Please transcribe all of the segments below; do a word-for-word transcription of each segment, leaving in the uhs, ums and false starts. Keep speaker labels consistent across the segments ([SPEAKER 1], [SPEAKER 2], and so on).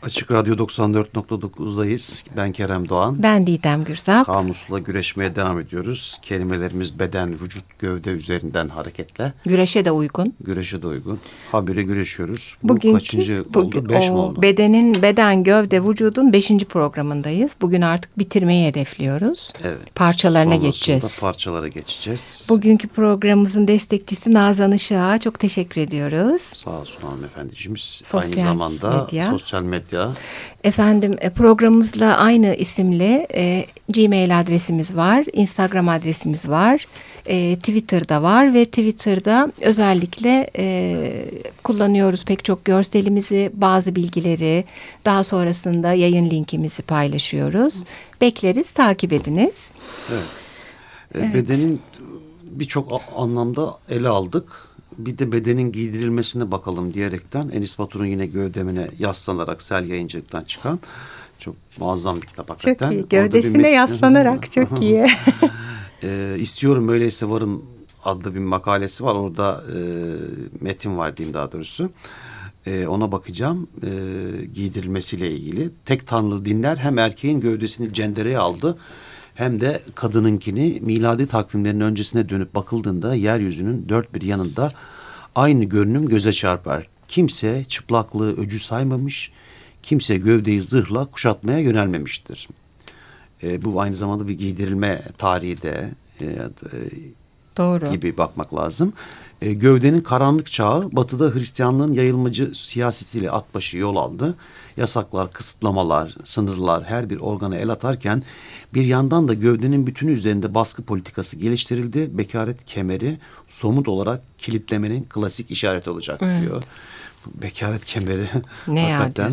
[SPEAKER 1] Açık Radyo doksan dört nokta dokuzdayız. Ben Kerem Doğan.
[SPEAKER 2] Ben Didem Gürzap.
[SPEAKER 1] Kamusla güreşmeye devam ediyoruz. Kelimelerimiz beden, vücut, gövde üzerinden hareketle.
[SPEAKER 2] Güreşe de uygun.
[SPEAKER 1] Güreşe de uygun. Habire güreşiyoruz. Bu
[SPEAKER 2] Bugünkü,
[SPEAKER 1] kaçıncı
[SPEAKER 2] bugün,
[SPEAKER 1] oldu? Beş mi oldu?
[SPEAKER 2] Bedenin, beden, gövde, vücudun beşinci programındayız. Bugün artık bitirmeyi hedefliyoruz.
[SPEAKER 1] Evet.
[SPEAKER 2] Parçalarına
[SPEAKER 1] Sonrasında
[SPEAKER 2] geçeceğiz.
[SPEAKER 1] parçalara geçeceğiz.
[SPEAKER 2] Bugünkü programımızın destekçisi Nazan Işık'a çok teşekkür ediyoruz.
[SPEAKER 1] Sağ olsun hanımefendiciğimiz.
[SPEAKER 2] Sosyal
[SPEAKER 1] Aynı zamanda
[SPEAKER 2] medya.
[SPEAKER 1] sosyal medya.
[SPEAKER 2] Efendim programımızla aynı isimli e, Gmail adresimiz var, Instagram adresimiz var, e, Twitter'da var ve Twitter'da özellikle e, kullanıyoruz pek çok görselimizi, bazı bilgileri, daha sonrasında yayın linkimizi paylaşıyoruz. Bekleriz, takip ediniz.
[SPEAKER 1] Evet.
[SPEAKER 2] Evet.
[SPEAKER 1] Bedenin birçok anlamda ele aldık. Bir de bedenin giydirilmesine bakalım diyerekten Enis Batur'un yine gövdemine yaslanarak Sel Yayıncılık'tan çıkan çok muazzam bir kitap hakikaten.
[SPEAKER 2] Çok iyi. Gövdesine yaslanarak çok iyi.
[SPEAKER 1] e, istiyorum öyleyse varım adlı bir makalesi var. Orada e, metin var diyeyim daha doğrusu. E, ona bakacağım. E, giydirilmesiyle ilgili. Tek tanrılı dinler hem erkeğin gövdesini cendereye aldı hem de kadınınkini. Miladi takvimlerin öncesine dönüp bakıldığında yeryüzünün dört bir yanında aynı görünüm göze çarpar. Kimse çıplaklığı öcü saymamış, kimse gövdeyi zırhla kuşatmaya yönelmemiştir. E, bu aynı zamanda bir giydirilme tarihi de e,
[SPEAKER 2] Doğru.
[SPEAKER 1] gibi bakmak lazım. E, gövdenin karanlık çağı batıda Hristiyanlığın yayılmacı siyasetiyle at başı yol aldı. Yasaklar, kısıtlamalar, sınırlar her bir organa el atarken bir yandan da gövdenin bütünü üzerinde baskı politikası geliştirildi. Bekaret kemeri somut olarak kilitlemenin klasik işareti olacak evet. diyor. Bekaret kemeri
[SPEAKER 2] ne
[SPEAKER 1] hakikaten.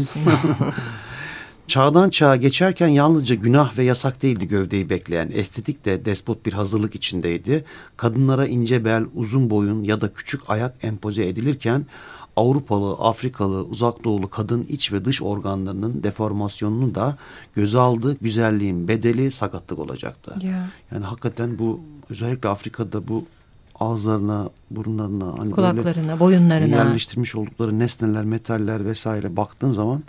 [SPEAKER 1] Çağdan çağa geçerken yalnızca günah ve yasak değildi gövdeyi bekleyen. Estetik de despot bir hazırlık içindeydi. Kadınlara ince bel, uzun boyun ya da küçük ayak empoze edilirken Avrupalı, Afrikalı, Uzak Doğulu kadın iç ve dış organlarının deformasyonunu da göze aldı. Güzelliğin bedeli sakatlık olacaktı. Yeah. Yani hakikaten bu özellikle Afrika'da bu ağızlarına, burunlarına, hani
[SPEAKER 2] kulaklarına, boyunlarına
[SPEAKER 1] yerleştirmiş oldukları nesneler, metaller vesaire baktığın zaman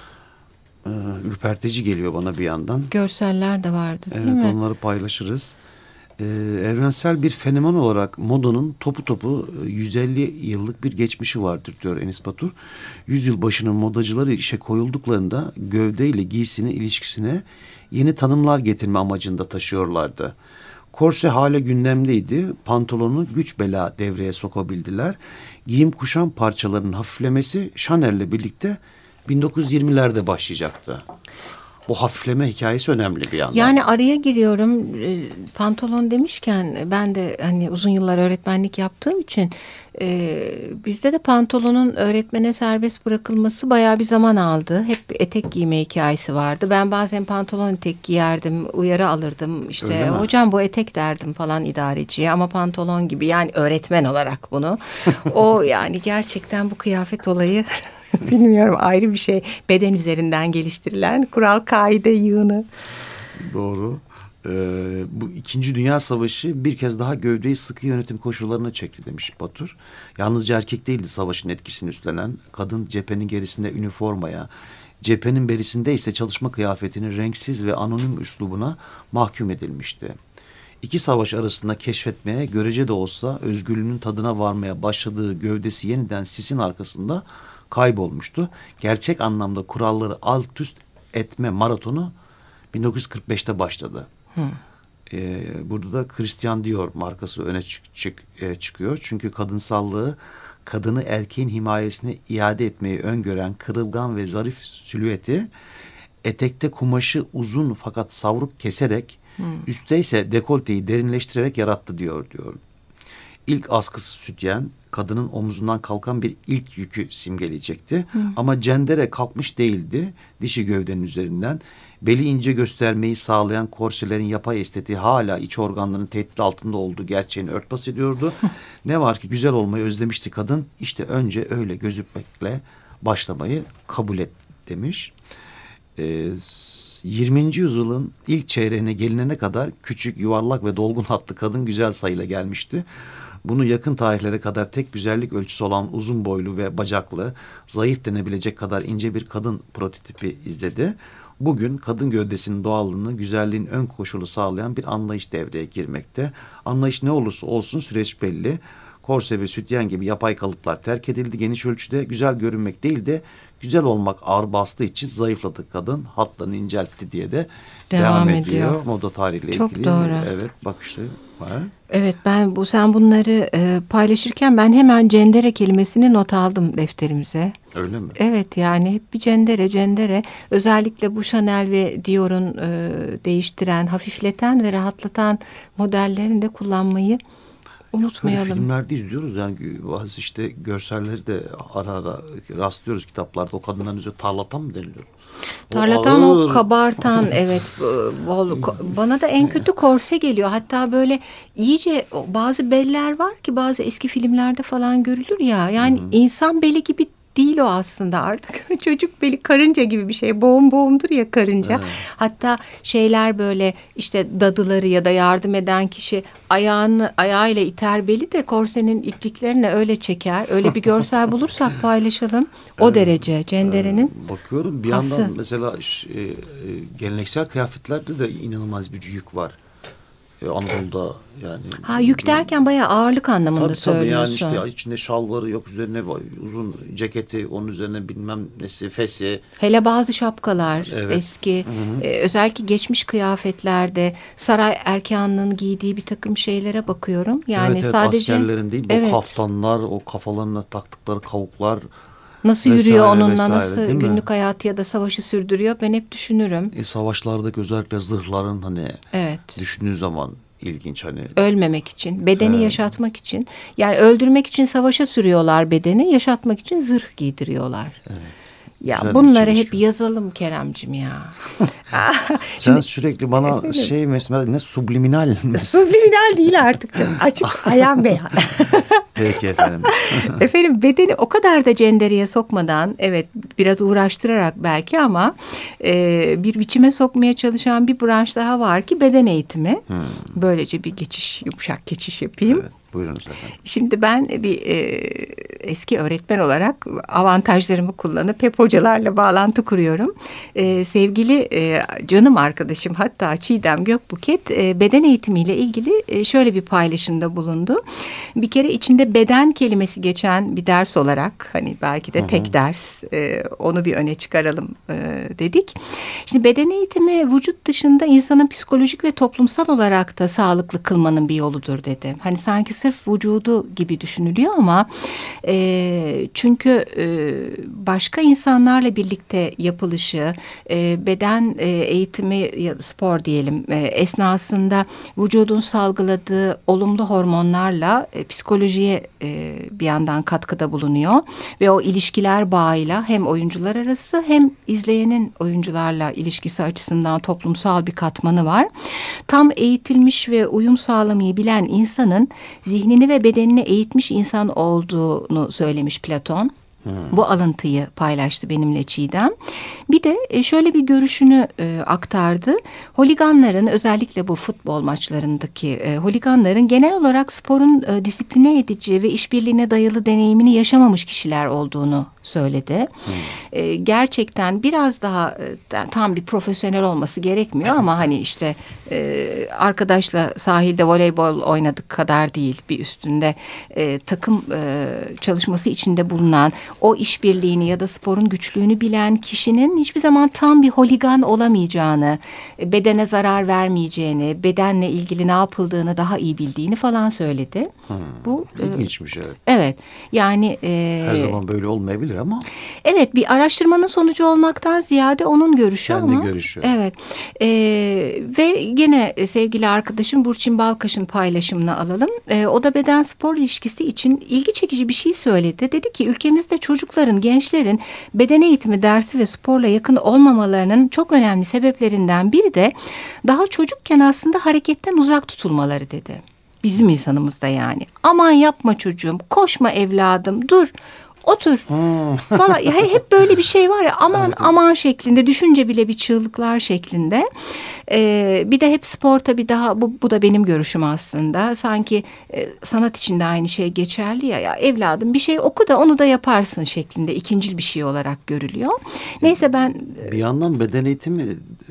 [SPEAKER 1] e, ürpertici geliyor bana bir yandan.
[SPEAKER 2] Görseller de vardı değil
[SPEAKER 1] evet,
[SPEAKER 2] mi?
[SPEAKER 1] Evet onları paylaşırız. Ee, evrensel bir fenomen olarak modanın topu topu yüz elli yıllık bir geçmişi vardır diyor Enis Batur. Yüzyıl başının modacıları işe koyulduklarında gövdeyle giysinin ilişkisine yeni tanımlar getirme amacında taşıyorlardı. Korse hala gündemdeydi. Pantolonu güç bela devreye sokabildiler. Giyim kuşam parçalarının hafiflemesi Chanel'le birlikte bin dokuz yüz yirmilerde başlayacaktı. Bu hafifleme hikayesi önemli bir yandan.
[SPEAKER 2] Yani araya giriyorum, pantolon demişken ben de hani uzun yıllar öğretmenlik yaptığım için e, bizde de pantolonun öğretmene serbest bırakılması bayağı bir zaman aldı. Hep etek giyme hikayesi vardı. Ben bazen pantolon etek giyerdim, uyarı alırdım. İşte hocam bu etek derdim falan idareciye ama pantolon gibi yani öğretmen olarak bunu. O yani gerçekten bu kıyafet olayı... Bilmiyorum ayrı bir şey. Beden üzerinden geliştirilen kural kaide yığını.
[SPEAKER 1] Doğru. Ee, bu İkinci Dünya Savaşı bir kez daha gövdeyi sıkı yönetim koşullarına çekti demiş Batur. Yalnızca erkek değildi savaşın etkisini üstlenen. Kadın cephenin gerisinde üniformaya, cephenin berisinde ise çalışma kıyafetinin renksiz ve anonim üslubuna mahkum edilmişti. İki savaş arasında keşfetmeye, görece de olsa özgürlüğünün tadına varmaya başladığı gövdesi yeniden sisin arkasında kaybolmuştu. Gerçek anlamda kuralları alt üst etme maratonu bin dokuz yüz kırk beşte başladı. Hmm. Ee, burada da Christian Dior markası öne çık, çık, e, çıkıyor. Çünkü kadınsallığı kadını erkeğin himayesine iade etmeyi öngören kırılgan ve zarif silüeti etekte kumaşı uzun fakat savruk keserek hmm. üstte ise dekolteyi derinleştirerek yarattı diyor diyor. İlk askısı sütyen kadının omzundan kalkan bir ilk yükü simgeleyecekti. Hı. Ama cendere kalkmış değildi. Dişi gövdenin üzerinden beli ince göstermeyi sağlayan korselerin yapay estetiği hala iç organların tehdit altında olduğu gerçeğini örtbas ediyordu. Ne var ki güzel olmayı özlemişti kadın. İşte önce öyle gözükmekle başlamayı kabul et demiş. Ee, yirminci yüzyılın ilk çeyreğine gelinene kadar küçük, yuvarlak ve dolgun hatlı kadın güzel sayıyla gelmişti. Bunu yakın tarihlere kadar tek güzellik ölçüsü olan uzun boylu ve bacaklı, zayıf denebilecek kadar ince bir kadın prototipi izledi. Bugün kadın gövdesinin doğallığını, güzelliğin ön koşulu sağlayan bir anlayış devreye girmekte. Anlayış ne olursa olsun süreç belli. Korse ve sütyen gibi yapay kalıplar terk edildi. Geniş ölçüde güzel görünmek değil de güzel olmak ağır bastığı için zayıfladı kadın. Hatlarını inceltti diye de devam, devam ediyor. ediyor. Moda tarihiyle
[SPEAKER 2] Çok
[SPEAKER 1] ilgili.
[SPEAKER 2] Çok doğru.
[SPEAKER 1] Evet, bakışları var.
[SPEAKER 2] Evet, ben bu sen bunları e, paylaşırken ben hemen cendere kelimesini not aldım defterimize.
[SPEAKER 1] Öyle mi?
[SPEAKER 2] Evet, yani hep bir cendere cendere. Özellikle bu Chanel ve Dior'un e, değiştiren, hafifleten ve rahatlatan modellerini de kullanmayı unutmayalım.
[SPEAKER 1] Böyle filmlerde izliyoruz yani bazı işte görselleri de ara ara rastlıyoruz kitaplarda. O kadınların üzerine tarlatan mı deniliyor?
[SPEAKER 2] Tarlatan, o, o kabartan evet. Bol, bana da en kötü korse geliyor. Hatta böyle iyice bazı beller var ki bazı eski filmlerde falan görülür ya. Yani Hı-hı. insan beli gibi değil o aslında artık. Çocuk beli, karınca gibi bir şey. Boğum boğumdur ya karınca. Evet. Hatta şeyler böyle işte dadıları ya da yardım eden kişi ayağını ayağıyla iter beli de korsenin ipliklerini öyle çeker. Öyle bir görsel bulursak paylaşalım. O evet. derece cenderenin.
[SPEAKER 1] Ee, bakıyorum bir hası. Yandan mesela e, e, geleneksel kıyafetlerde de inanılmaz bir yük var. Anadolu'da yani.
[SPEAKER 2] Ha, yük derken bayağı ağırlık anlamında
[SPEAKER 1] tabii,
[SPEAKER 2] söylüyorsun.
[SPEAKER 1] Tabii yani işte içinde şalvarı yok, üzerine uzun ceketi, onun üzerine bilmem nesi, fesi.
[SPEAKER 2] Hele bazı şapkalar
[SPEAKER 1] evet.
[SPEAKER 2] eski, e, özellikle geçmiş kıyafetlerde saray erkanının giydiği bir takım şeylere bakıyorum. Yani
[SPEAKER 1] evet, evet,
[SPEAKER 2] sadece
[SPEAKER 1] askerlerin değil, bu evet. kaftanlar, o kafalarına taktıkları kavuklar.
[SPEAKER 2] Nasıl vesaire, yürüyor onunla, vesaire, nasıl günlük hayatı ya da savaşı sürdürüyor ben hep düşünürüm.
[SPEAKER 1] E, savaşlardaki özellikle zırhların hani
[SPEAKER 2] evet.
[SPEAKER 1] düşündüğün zaman ilginç hani.
[SPEAKER 2] Ölmemek için, bedeni
[SPEAKER 1] evet.
[SPEAKER 2] yaşatmak için. Yani öldürmek için savaşa sürüyorlar bedeni, yaşatmak için zırh giydiriyorlar.
[SPEAKER 1] Evet.
[SPEAKER 2] Ya güzel bunları hep yazalım Keremcim ya.
[SPEAKER 1] Sen Şimdi, sürekli bana efendim, şey mesela ne subliminal mi?
[SPEAKER 2] Subliminal değil artık canım. Açık ayan beyan.
[SPEAKER 1] Peki efendim.
[SPEAKER 2] Efendim bedeni o kadar da cendereye sokmadan evet biraz uğraştırarak belki ama e, bir biçime sokmaya çalışan bir branş daha var ki beden eğitimi. Hmm. Böylece bir geçiş, yumuşak geçiş yapayım.
[SPEAKER 1] Evet. Buyurunuz efendim.
[SPEAKER 2] Şimdi ben bir e, eski öğretmen olarak avantajlarımı kullanıp hep hocalarla bağlantı kuruyorum. E, sevgili e, canım arkadaşım hatta Çiğdem Gökbuket e, beden eğitimiyle ilgili e, şöyle bir paylaşımda bulundu. Bir kere içinde beden kelimesi geçen bir ders olarak hani belki de Hı-hı. tek ders e, onu bir öne çıkaralım e, dedik. Şimdi beden eğitimi vücut dışında insanın psikolojik ve toplumsal olarak da sağlıklı kılmanın bir yoludur dedi. Hani sanki sırf vücudu gibi düşünülüyor ama e, çünkü e, başka insanlarla birlikte yapılışı, e, beden e, eğitimi ya spor diyelim e, esnasında vücudun salgıladığı olumlu hormonlarla e, psikolojiye e, bir yandan katkıda bulunuyor ve o ilişkiler bağıyla hem oyuncular arası hem izleyenin oyuncularla ilişkisi açısından toplumsal bir katmanı var. Tam eğitilmiş ve uyum sağlamayı bilen insanın zihnini ve bedenini eğitmiş insan olduğunu söylemiş Platon. Hmm. Bu alıntıyı paylaştı benimle Çiğdem. Bir de şöyle bir görüşünü e, aktardı. Holiganların özellikle bu futbol maçlarındaki e, holiganların genel olarak sporun e, disipline edici ve işbirliğine dayalı deneyimini yaşamamış kişiler olduğunu söyledi. Hmm. E, gerçekten biraz daha e, tam bir profesyonel olması gerekmiyor ama hani işte e, arkadaşla sahilde voleybol oynadık kadar değil bir üstünde e, takım e, çalışması içinde bulunan o işbirliğini ya da sporun güçlüğünü bilen kişinin hiçbir zaman tam bir holigan olamayacağını, bedene zarar vermeyeceğini, bedenle ilgili ne yapıldığını daha iyi bildiğini falan söyledi.
[SPEAKER 1] Hmm. Bu ilginçmiş evet.
[SPEAKER 2] Evet. Yani e,
[SPEAKER 1] her zaman böyle olmayabilir ama.
[SPEAKER 2] Evet, bir araştırmanın sonucu olmaktan ziyade onun görüşü
[SPEAKER 1] kendi
[SPEAKER 2] ama.
[SPEAKER 1] Kendi görüşü.
[SPEAKER 2] Evet. E, ve gene sevgili arkadaşım Burçin Balkaş'ın paylaşımını alalım. E, o da beden spor ilişkisi için ilgi çekici bir şey söyledi. Dedi ki ülkemizde çocukların, gençlerin beden eğitimi dersi ve sporla yakın olmamalarının çok önemli sebeplerinden biri de daha çocukken aslında hareketten uzak tutulmaları dedi. Bizim insanımızda yani. Aman yapma çocuğum, koşma evladım, dur. Otur hmm. falan. Hep böyle bir şey var ya aman evet, aman şeklinde düşünce bile bir çığlıklar şeklinde. E, bir de hep spor tabii daha bu, bu da benim görüşüm aslında. Sanki e, sanat için de aynı şey geçerli ya. Ya evladım bir şey oku da onu da yaparsın şeklinde ikincil bir şey olarak görülüyor. Neyse ben...
[SPEAKER 1] Bir yandan beden eğitimi...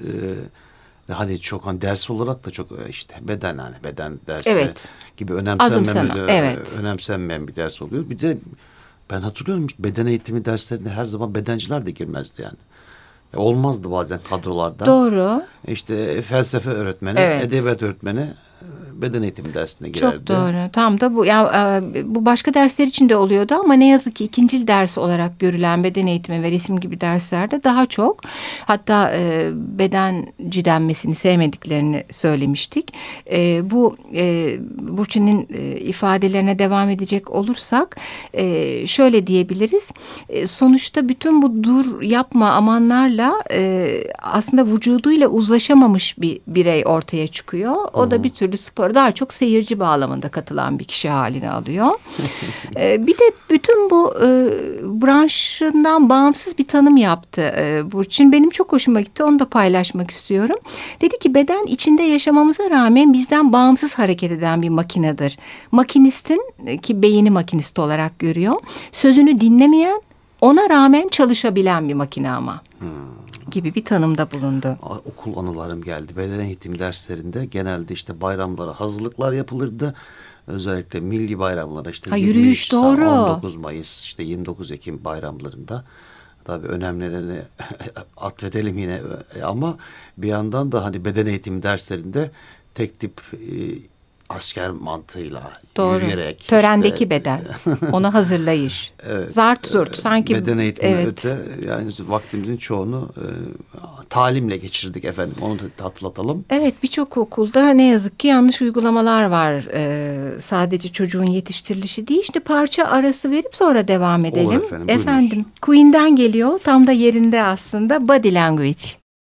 [SPEAKER 1] E, Hani çok hani ders olarak da çok işte beden hani beden dersi
[SPEAKER 2] evet.
[SPEAKER 1] gibi önemsenmeyen,
[SPEAKER 2] evet.
[SPEAKER 1] önemsenmeyen bir ders oluyor. Bir de ben hatırlıyorum beden eğitimi derslerinde her zaman bedenciler de girmezdi yani. Olmazdı bazen kadrolarda.
[SPEAKER 2] Doğru.
[SPEAKER 1] İşte felsefe öğretmeni,
[SPEAKER 2] evet.
[SPEAKER 1] edebiyat öğretmeni beden eğitimi dersine girerdi.
[SPEAKER 2] Çok doğru. Tam da bu. Ya e, bu başka dersler için de oluyordu ama ne yazık ki ikincil ders olarak görülen beden eğitimi ve resim gibi derslerde daha çok. Hatta e, bedenci denmesini sevmediklerini söylemiştik. E, bu e, Burçin'in e, ifadelerine devam edecek olursak e, şöyle diyebiliriz. E, sonuçta bütün bu dur yapma amanlarla e, aslında vücuduyla uzlaşamamış bir birey ortaya çıkıyor. O da bir türlü spor daha çok seyirci bağlamında katılan bir kişi halini alıyor. ee, bir de bütün bu e, branşından bağımsız bir tanım yaptı e, Burçin. Benim çok hoşuma gitti. Onu da paylaşmak istiyorum. Dedi ki beden içinde yaşamamıza rağmen bizden bağımsız hareket eden bir makinedir. Makinistin ki beyni makinist olarak görüyor. Sözünü dinlemeyen ona rağmen çalışabilen bir makine ama. Hmm. gibi bir tanımda bulundu.
[SPEAKER 1] Okul anılarım geldi. Beden eğitimi derslerinde genelde işte bayramlara hazırlıklar yapılırdı. Özellikle milli bayramlara işte
[SPEAKER 2] ha, yürüyüş doğru.
[SPEAKER 1] on dokuz Mayıs işte yirmi dokuz Ekim bayramlarında tabii önemlilerini atfedelim yine ama bir yandan da hani beden eğitimi derslerinde tek tip e, asker mantığıyla
[SPEAKER 2] doğru.
[SPEAKER 1] Yürüyerek.
[SPEAKER 2] Törendeki
[SPEAKER 1] işte,
[SPEAKER 2] beden. Ona hazırlayış.
[SPEAKER 1] Evet.
[SPEAKER 2] Zart zurt. Sanki
[SPEAKER 1] beden eğitimi
[SPEAKER 2] evet.
[SPEAKER 1] öte yani vaktimizin çoğunu e, talimle geçirdik efendim. Onu da hatırlatalım.
[SPEAKER 2] Evet, birçok okulda ne yazık ki yanlış uygulamalar var. Ee, sadece çocuğun yetiştirilişi değil. İşte parça arası verip sonra devam edelim.
[SPEAKER 1] Olur efendim.
[SPEAKER 2] Efendim. Queen'den geliyor. Tam da yerinde aslında. Body Language.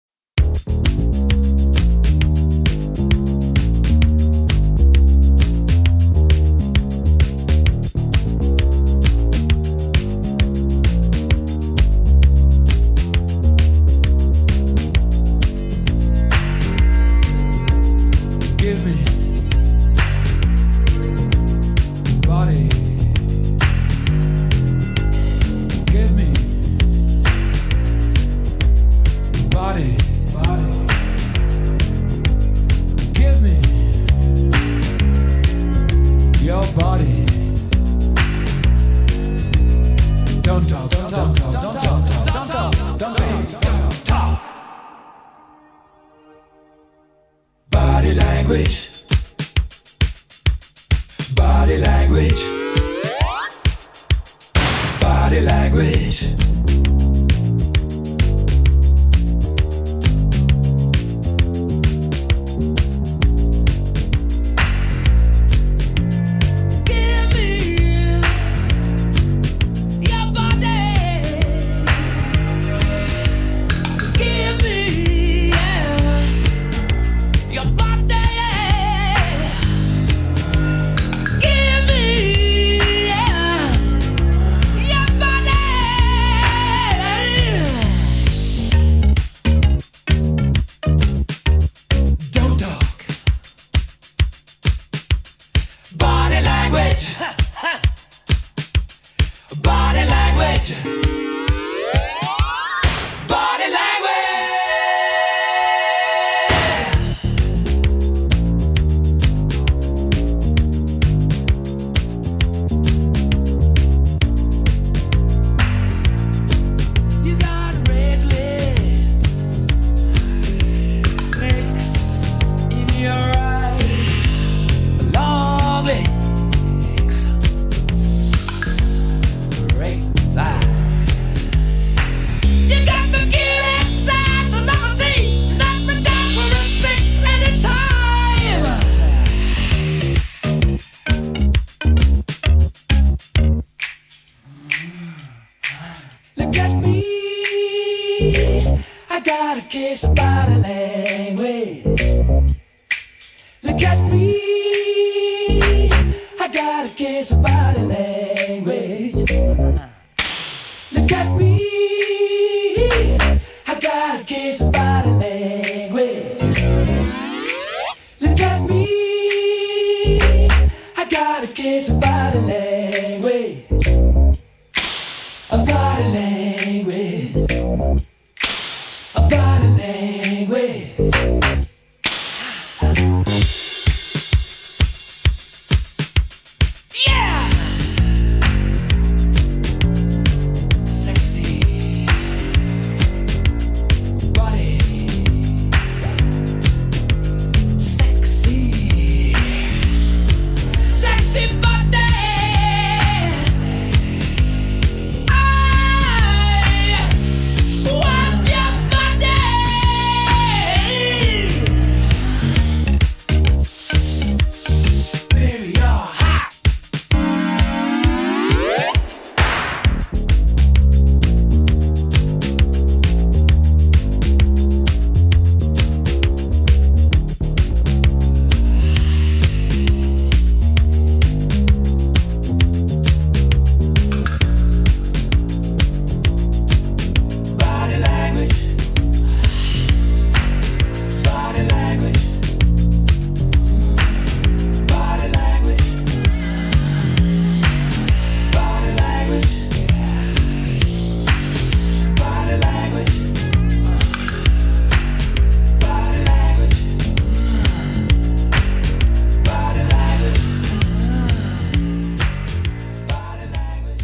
[SPEAKER 3] Body language. Body language. Body language. Body language. You got red lips, snakes in your eyes, long legs, great thighs. You got the cutest size I've never seen. Knock me down for a six anytime. Look at me, I got a case of body language. Look at me, I got a case of body language. Look at me, I got a case of body language. language. Yeah! Sexy body. Sexy. Sexy body. I want your body. Baby, you're hot. Body language. Body language. Body language. Body language. Body language. Body language. Body language. Body language.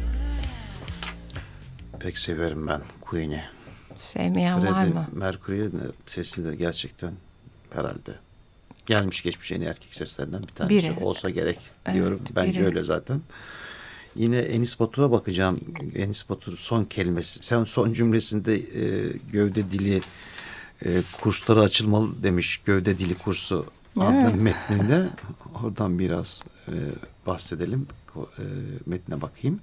[SPEAKER 1] Pek severim ben Queen'i.
[SPEAKER 2] Sevmeyen var
[SPEAKER 1] Freddie
[SPEAKER 2] mı?
[SPEAKER 1] Mercury'nin de sesi de gerçekten herhalde gelmiş geçmiş en iyi erkek seslerinden bir tanesi
[SPEAKER 2] Biri.
[SPEAKER 1] olsa gerek
[SPEAKER 2] Evet,
[SPEAKER 1] diyorum. Bence
[SPEAKER 2] biri.
[SPEAKER 1] öyle zaten. Yine Enis Batur'a bakacağım. Enis Batur son kelimesi. Sen son cümlesinde e, gövde dili e, kursları açılmalı demiş. Gövde dili kursu adlı metninde. Oradan biraz e, bahsedelim. O, e, metne bakayım.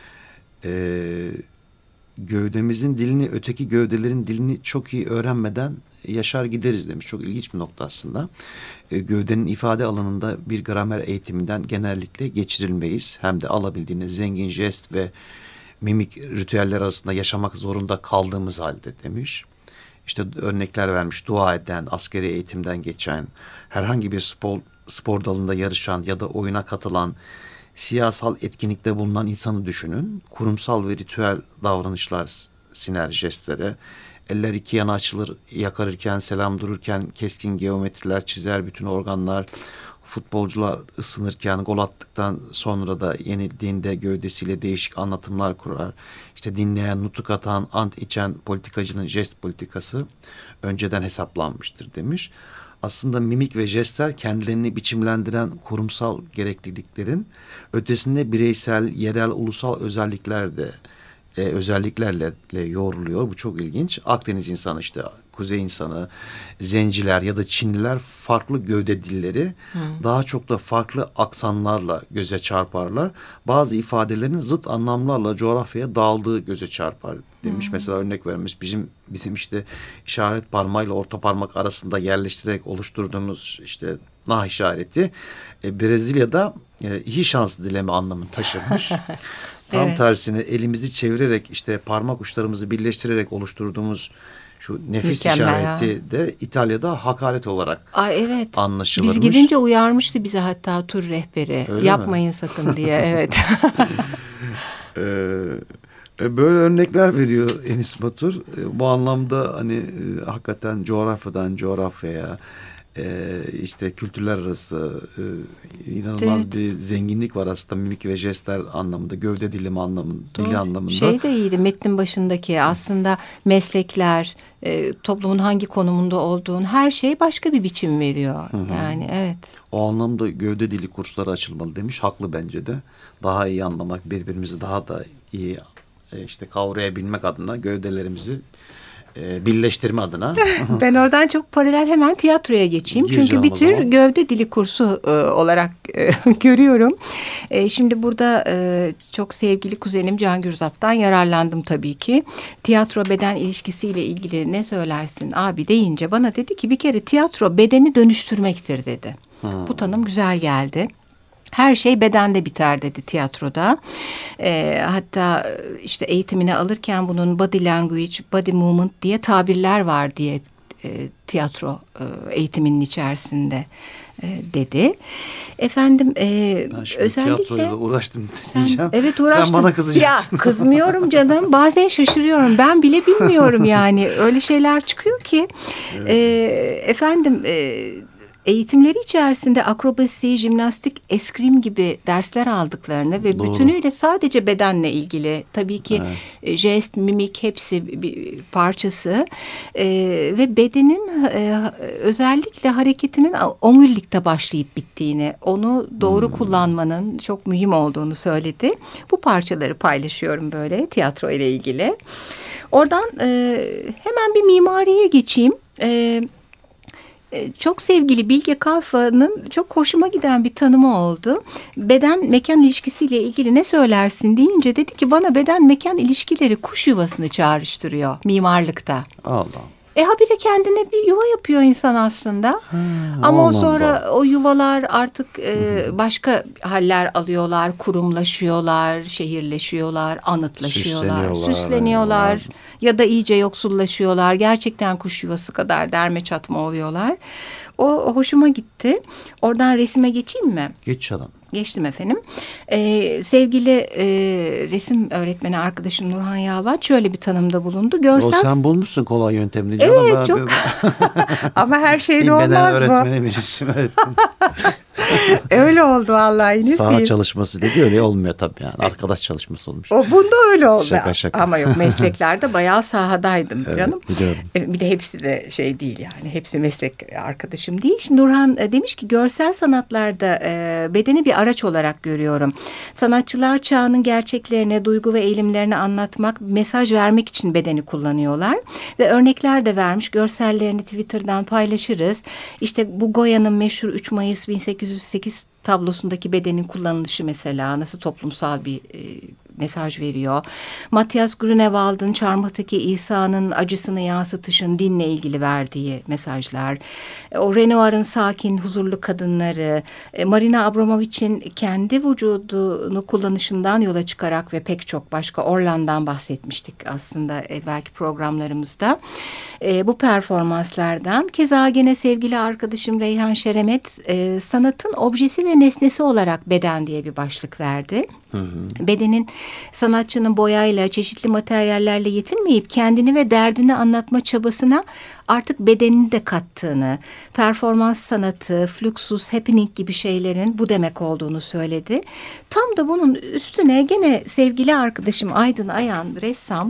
[SPEAKER 1] E, gövdemizin dilini, öteki gövdelerin dilini çok iyi öğrenmeden yaşar gideriz demiş. Çok ilginç bir nokta aslında. E, gövdenin ifade alanında bir gramer eğitiminden genellikle geçirilmeyiz. Hem de alabildiğiniz zengin jest ve mimik ritüeller arasında yaşamak zorunda kaldığımız halde demiş. İşte örnekler vermiş. Dua eden, askeri eğitimden geçen, herhangi bir spor, spor dalında yarışan ya da oyuna katılan, siyasal etkinlikte bulunan insanı düşünün. Kurumsal ve ritüel davranışlar, siner jestlere, eller iki yana açılır, yakarırken, selam dururken, keskin geometriler çizer bütün organlar, futbolcular ısınırken, gol attıktan sonra da yenildiğinde gövdesiyle değişik anlatımlar kurar. İşte dinleyen, nutuk atan, ant içen politikacının jest politikası önceden hesaplanmıştır demiş. Aslında mimik ve jestler kendilerini biçimlendiren kurumsal gerekliliklerin ötesinde bireysel, yerel, ulusal özellikler de e, özelliklerle yoğruluyor. Bu çok ilginç. Akdeniz insanı, işte Kuzey insanı, Zenciler ya da Çinliler farklı gövde dilleri, hmm. daha çok da farklı aksanlarla göze çarparlar. Bazı ifadelerin zıt anlamlarla coğrafyaya dağıldığı göze çarpar demiş. Hmm. Mesela örnek vermiş, bizim bizim işte işaret parmağıyla orta parmak arasında yerleştirerek oluşturduğumuz işte nah işareti e, Brezilya'da e, iyi şans dileme anlamını taşırmış. Tam evet. Tersine elimizi çevirerek işte parmak uçlarımızı birleştirerek oluşturduğumuz şu nefis Mükemmel işareti ya. De İtalya'da hakaret olarak Ay, evet. anlaşılırmış.
[SPEAKER 2] Biz gidince uyarmıştı bize hatta tur rehberi. Öyle yapmayın mi? Sakın diye. Evet.
[SPEAKER 1] ee, böyle örnekler veriyor Enis Batur. Bu anlamda hani hakikaten coğrafyadan coğrafyaya, Ee, işte kültürler arası e, inanılmaz evet. bir zenginlik var aslında mimik ve jestler anlamında, gövde dilimi anlamında, dili anlamında.
[SPEAKER 2] Şey de iyiydi metnin başındaki aslında meslekler, e, toplumun hangi konumunda olduğun her şey başka bir biçim veriyor. Hı hı. Yani evet.
[SPEAKER 1] O anlamda gövde dili kursları açılmalı demiş. Haklı bence de. Daha iyi anlamak, birbirimizi daha da iyi e, işte kavrayabilmek adına gövdelerimizi birleştirme adına.
[SPEAKER 2] Ben oradan çok paralel hemen tiyatroya geçeyim. Gireceğim Çünkü bir tür gövde dili kursu e, olarak e, görüyorum. E, şimdi burada e, çok sevgili kuzenim Can Gürzap'tan yararlandım tabii ki. Tiyatro beden ilişkisiyle ilgili ne söylersin abi deyince bana dedi ki bir kere tiyatro bedeni dönüştürmektir dedi. Hmm. Bu tanım güzel geldi. Her şey bedende biter dedi tiyatroda. E, hatta işte eğitimini alırken bunun body language, body movement diye tabirler var diye e, tiyatro e, eğitiminin içerisinde e, dedi. Efendim e,
[SPEAKER 1] Ben şimdi
[SPEAKER 2] özellikle
[SPEAKER 1] tiyatroyla uğraştım
[SPEAKER 2] sen,
[SPEAKER 1] diyeceğim.
[SPEAKER 2] evet uğraştım.
[SPEAKER 1] Sen bana kızacaksın.
[SPEAKER 2] Ya kızmıyorum canım. Bazen şaşırıyorum. Ben bile bilmiyorum yani. Öyle şeyler çıkıyor ki. Evet. E, efendim e, eğitimleri içerisinde akrobasi, jimnastik, eskrim gibi dersler aldıklarını ve
[SPEAKER 1] Doğru.
[SPEAKER 2] bütünüyle sadece bedenle ilgili, tabii ki evet. jest, mimik hepsi bir parçası ee, ve bedenin e, özellikle hareketinin omurilikte başlayıp bittiğini, onu doğru hmm. kullanmanın çok mühim olduğunu söyledi. Bu parçaları paylaşıyorum böyle tiyatro ile ilgili. Oradan e, hemen bir mimariye geçeyim. Evet. Çok sevgili Bilge Kalfa'nın çok hoşuma giden bir tanımı oldu. Beden mekan ilişkisiyle ilgili ne söylersin deyince dedi ki bana beden mekan ilişkileri kuş yuvasını çağrıştırıyor mimarlıkta.
[SPEAKER 1] Allah.
[SPEAKER 2] E habire kendine bir yuva yapıyor insan aslında. Ha, ama o sonra o yuvalar artık e, başka haller alıyorlar, kurumlaşıyorlar, şehirleşiyorlar, anıtlaşıyorlar, süsleniyorlar, süsleniyorlar ya da iyice yoksullaşıyorlar. Gerçekten kuş yuvası kadar derme çatma oluyorlar. O hoşuma gitti. Oradan resime geçeyim mi?
[SPEAKER 1] Geç canım.
[SPEAKER 2] Geçtim efendim. Ee, sevgili e, resim öğretmeni arkadaşım Nurhan Yalvaç şöyle bir tanımda bulundu. Görsel...
[SPEAKER 1] O sen bulmuşsun kolay yöntemini.
[SPEAKER 2] Evet
[SPEAKER 1] canım.
[SPEAKER 2] çok. Ama her şeyde olmaz
[SPEAKER 1] beden
[SPEAKER 2] bu.
[SPEAKER 1] öğretmeni bir resim öğretmeni.
[SPEAKER 2] Öyle oldu vallahi.
[SPEAKER 1] Saha çalışması dedi öyle olmuyor tabii yani. Arkadaş çalışması olmuş.
[SPEAKER 2] O bunda öyle oldu.
[SPEAKER 1] Şaka şaka.
[SPEAKER 2] Ama yok mesleklerde bayağı sahadaydım evet, canım.
[SPEAKER 1] Biliyorum.
[SPEAKER 2] Bir de hepsi de şey değil yani. Hepsi meslek arkadaşım değil. Şimdi Nurhan demiş ki görsel sanatlarda e, bedeni bir araç olarak görüyorum. Sanatçılar çağının gerçeklerini, duygu ve eğilimlerini anlatmak, mesaj vermek için bedeni kullanıyorlar. Ve örnekler de vermiş. Görsellerini Twitter'dan paylaşırız. İşte bu Goya'nın meşhur üç Mayıs bin sekiz yüz sekiz tablosundaki bedenin kullanılışı mesela nasıl toplumsal bir e, mesaj veriyor. Matthias Grünewald'ın Çarmıh'taki İsa'nın acısını yansıtışın dinle ilgili verdiği mesajlar. O Renoir'ın sakin, huzurlu kadınları, Marina Abramovich'in kendi vücudunu kullanışından yola çıkarak ve pek çok başka Orlan'dan bahsetmiştik aslında belki programlarımızda. E, bu performanslardan keza gene sevgili arkadaşım Reyhan Şeremet e, sanatın objesi ve nesnesi olarak beden diye bir başlık verdi. Hı hı. Bedenin sanatçının boyayla, çeşitli materyallerle yetinmeyip kendini ve derdini anlatma çabasına artık bedenini de kattığını, performans sanatı, fluxus, happening gibi şeylerin bu demek olduğunu söyledi. Tam da bunun üstüne gene sevgili arkadaşım Aydın Ayan, ressam,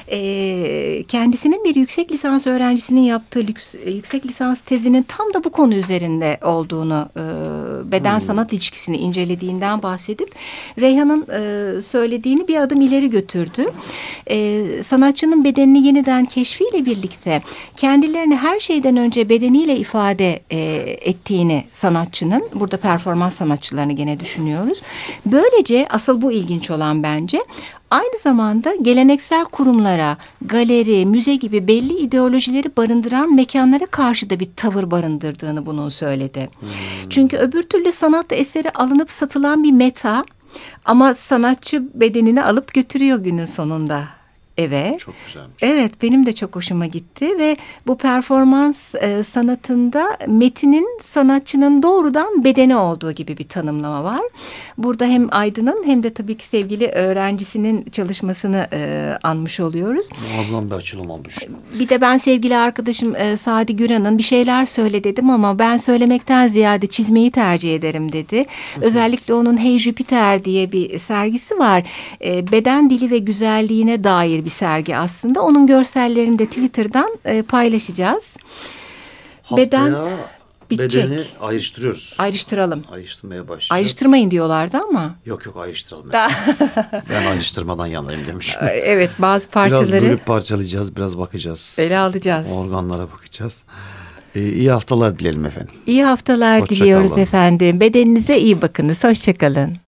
[SPEAKER 2] e, kendisinin bir yüksek lisans öğrencisinin yaptığı lüks, yüksek lisans tezinin tam da bu konu üzerinde olduğunu, e, beden hmm. sanat ilişkisini incelediğinden bahsedip Reyhan'ın e, söylediğini bir adım ileri götürdü. E, sanatçının bedenini yeniden keşfiyle birlikte kendilerini her şeyden önce bedeniyle ifade e, ettiğini sanatçının, burada performans sanatçılarını gene düşünüyoruz. Böylece asıl bu ilginç olan bence, aynı zamanda geleneksel kurumlara, galeri, müze gibi belli ideolojileri barındıran mekanlara karşı da bir tavır barındırdığını bunun söyledi. Hmm. Çünkü öbür türlü sanat eseri alınıp satılan bir meta, ama sanatçı bedenini alıp götürüyor günün sonunda eve.
[SPEAKER 1] Çok güzelmiş.
[SPEAKER 2] Evet, benim de çok hoşuma gitti ve bu performans e, sanatında metinin sanatçının doğrudan bedeni olduğu gibi bir tanımlama var. Burada hem Aydın'ın hem de tabii ki sevgili öğrencisinin çalışmasını e, anmış oluyoruz.
[SPEAKER 1] Muazzam bir açılım olmuş.
[SPEAKER 2] Bir de ben sevgili arkadaşım e, Sadi Güran'ın bir şeyler söyle dedim ama ben söylemekten ziyade çizmeyi tercih ederim dedi. Özellikle onun Hey Jupiter diye bir sergisi var. E, beden dili ve güzelliğine dair bir sergi aslında. Onun görsellerini de Twitter'dan e, paylaşacağız.
[SPEAKER 1] Haftaya
[SPEAKER 2] beden bitecek.
[SPEAKER 1] Bedeni ayrıştırıyoruz.
[SPEAKER 2] Ayrıştıralım.
[SPEAKER 1] Ayrıştırmaya başlayacağız.
[SPEAKER 2] Ayrıştırmayın diyorlardı ama.
[SPEAKER 1] Yok yok ayrıştıralım. Ben ayrıştırmadan yanayım demişim.
[SPEAKER 2] Evet, bazı parçaları.
[SPEAKER 1] Biraz bölüp parçalayacağız, biraz bakacağız.
[SPEAKER 2] Ele alacağız.
[SPEAKER 1] Organlara bakacağız. Ee, iyi haftalar dileyelim efendim.
[SPEAKER 2] İyi haftalar Hoşça diliyoruz kalın. Efendim. Bedeninize iyi bakınız. Hoşça kalın.